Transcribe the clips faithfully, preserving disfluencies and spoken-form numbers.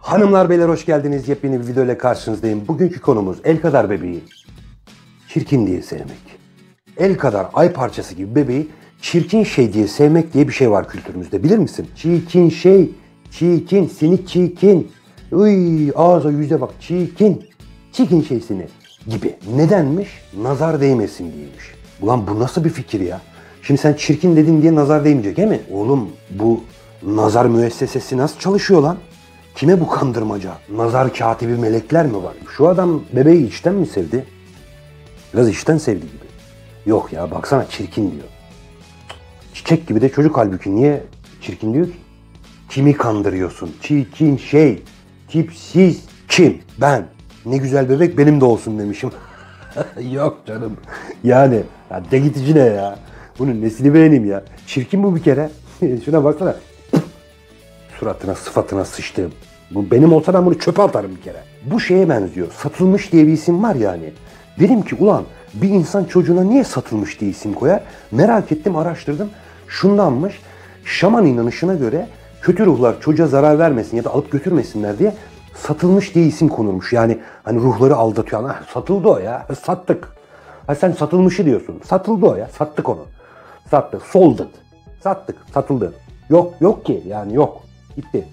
Hanımlar beyler hoş geldiniz. Yepyeni bir video ile karşınızdayım. Bugünkü konumuz el kadar bebeği çirkin diye sevmek. El kadar ay parçası gibi bebeği çirkin şey diye sevmek diye bir şey var kültürümüzde, bilir misin? Çirkin şey, çirkin, seni çirkin. Uy, ağza yüze bak, çirkin. Çirkin şey seni gibi. Nedenmiş? Nazar değmesin diyeymiş. Ulan bu nasıl bir fikir ya? Şimdi sen çirkin dedin diye nazar değmeyecek değil mi? Oğlum bu nazar müessesesi nasıl çalışıyor lan? Kime bu kandırmaca? Nazar katibi melekler mi var? Şu adam bebeği içten mi sevdi? Biraz içten sevdi gibi. Yok ya, baksana çirkin diyor. Çiçek gibi de çocuk halbuki, niye çirkin diyor ki? Kimi kandırıyorsun? Çirkin şey, tipsiz kim? Ben. Ne güzel bebek benim de olsun demişim. Yok canım. Yani ya de gitici ne ya? Bunun nesini beğeneyim ya? Çirkin bu bir kere. Şuna baksana. Suratına, sıfatına sıçtığım. Bu benim olsa ben bunu çöpe atarım bir kere. Bu şeye benziyor. Satılmış diye bir isim var yani. Dedim ki ulan bir insan çocuğuna niye satılmış diye isim koyar? Merak ettim, araştırdım. Şundanmış. Şaman inanışına göre kötü ruhlar çocuğa zarar vermesin ya da alıp götürmesinler diye satılmış diye isim konurmuş. Yani hani ruhları aldatıyor. Ha, satıldı o ya. Sattık. Ha, sen satılmışı diyorsun. Satıldı o ya. Sattık onu. Sattık. Sold it. Sattık. Satıldı. Yok. Yok ki. Yani yok. Gitti.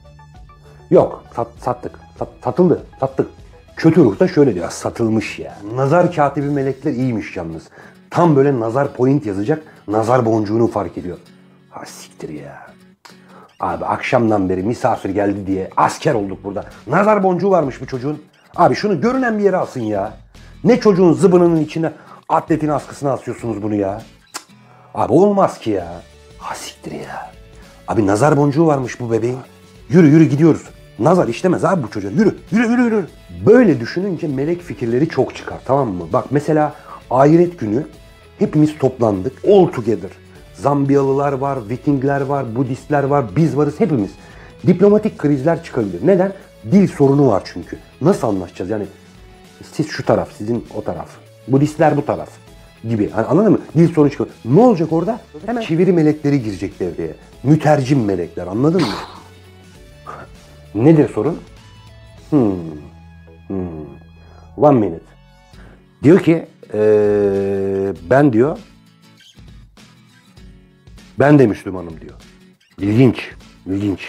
Yok. Sat, sattık. Sat, satıldı. Sattık. Kötü ruh da şöyle diyor. Satılmış ya. Nazar katibi melekler iyiymiş yalnız. Tam böyle nazar point yazacak. Nazar boncuğunu fark ediyor. Ha siktir ya. Abi akşamdan beri misafir geldi diye asker olduk burada. Nazar boncuğu varmış bu çocuğun. Abi şunu görünen bir yere asın ya. Ne çocuğun zıbınının içine atletin askısına asıyorsunuz bunu ya. Cık. Abi olmaz ki ya. Ha siktir ya. Abi nazar boncuğu varmış bu bebeğin. Yürü yürü gidiyoruz. Nazar işlemez abi bu çocuğa. Yürü yürü yürü yürü. Böyle düşününce melek fikirleri çok çıkar, tamam mı? Bak mesela ahiret günü hepimiz toplandık. All together. Zambiyalılar var, Vikingler var, Budistler var, biz varız hepimiz. Diplomatik krizler çıkabilir. Neden? Dil sorunu var çünkü. Nasıl anlaşacağız? Yani siz şu taraf, sizin o taraf. Budistler bu taraf gibi. Hani anladın mı? Dil sorunu çıkıyor. Ne olacak orada? Hemen çeviri melekleri girecek devreye. Mütercim melekler, anladın mı? Nedir sorun? Hmm. Hmm. One minute. Diyor ki ee, ben diyor ben de Müslümanım diyor. İlginç. İlginç.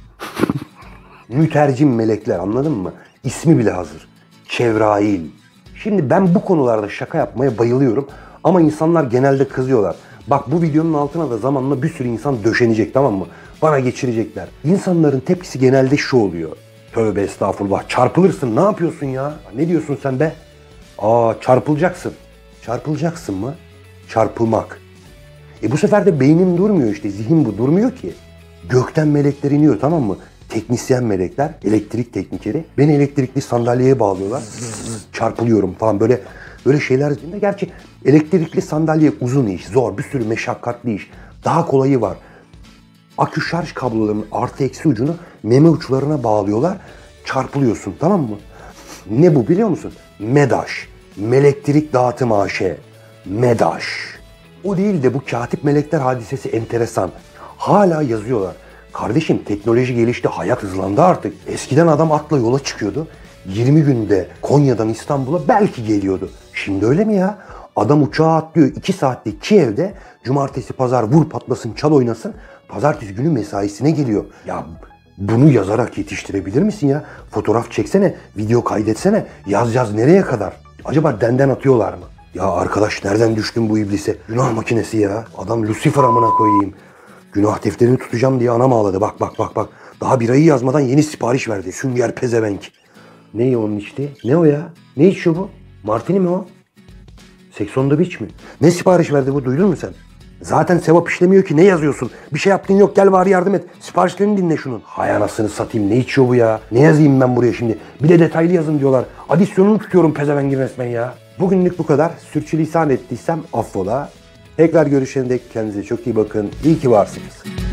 Mütercim melekler, anladın mı? İsmi bile hazır. Çevrail. Şimdi ben bu konularda şaka yapmaya bayılıyorum. Ama insanlar genelde kızıyorlar. Bak bu videonun altına da zamanla bir sürü insan döşenecek, tamam mı? Bana geçirecekler. İnsanların tepkisi genelde şu oluyor. Tövbe estağfurullah, çarpılırsın, ne yapıyorsun ya? Ne diyorsun sen be? Aa, çarpılacaksın. Çarpılacaksın mı? Çarpılmak. E bu sefer de beynim durmuyor işte, zihin bu durmuyor ki. Gökten melekler iniyor, tamam mı? Teknisyen melekler, elektrik teknikeri. Beni elektrikli sandalyeye bağlıyorlar. Çarpılıyorum falan böyle böyle şeyler. Gerçi elektrikli sandalye uzun iş, zor, bir sürü meşakkatli iş. Daha kolayı var. Akü şarj kablolarının artı eksi ucunu meme uçlarına bağlıyorlar. Çarpılıyorsun, tamam mı? Ne bu biliyor musun? MEDAŞ. Melektrik Dağıtım A Ş. MEDAŞ. O değil de bu katip melekler hadisesi enteresan. Hala yazıyorlar. Kardeşim teknoloji gelişti, hayat hızlandı artık. Eskiden adam atla yola çıkıyordu. yirmi günde Konya'dan İstanbul'a belki geliyordu. Şimdi öyle mi ya? Adam uçağa atlıyor, iki saatte Kiev'de, cumartesi pazar vur patlasın çal oynasın, pazartesi günü mesaisine geliyor. Ya bunu yazarak yetiştirebilir misin ya? Fotoğraf çeksene, video kaydetsene, yaz yaz nereye kadar? Acaba denden atıyorlar mı? Ya arkadaş nereden düştün bu iblise? Günah makinesi ya. Adam Lucifer amına koyayım. Günah defterini tutacağım diye anam ağladı. Bak bak bak bak. Daha birayı yazmadan yeni sipariş verdi. Sünger pezevenk. Ne onun içti? Ne o ya? Ne içiyor bu? Martini mi o? Sex on the Beach mi? Ne sipariş verdi bu, duydun mu sen? Zaten sevap işlemiyor ki, ne yazıyorsun? Bir şey yaptın yok, gel bari yardım et. Siparişlerini dinle şunun. Hay anasını satayım, ne içiyor bu ya? Ne yazayım ben buraya şimdi? Bir de detaylı yazın diyorlar. Adisyonunu tutuyorum pezevengin resmen ya. Bugünlük bu kadar. Sürçülisan ettiysem affola. Tekrar görüşene dek kendinize çok iyi bakın. İyi ki varsınız.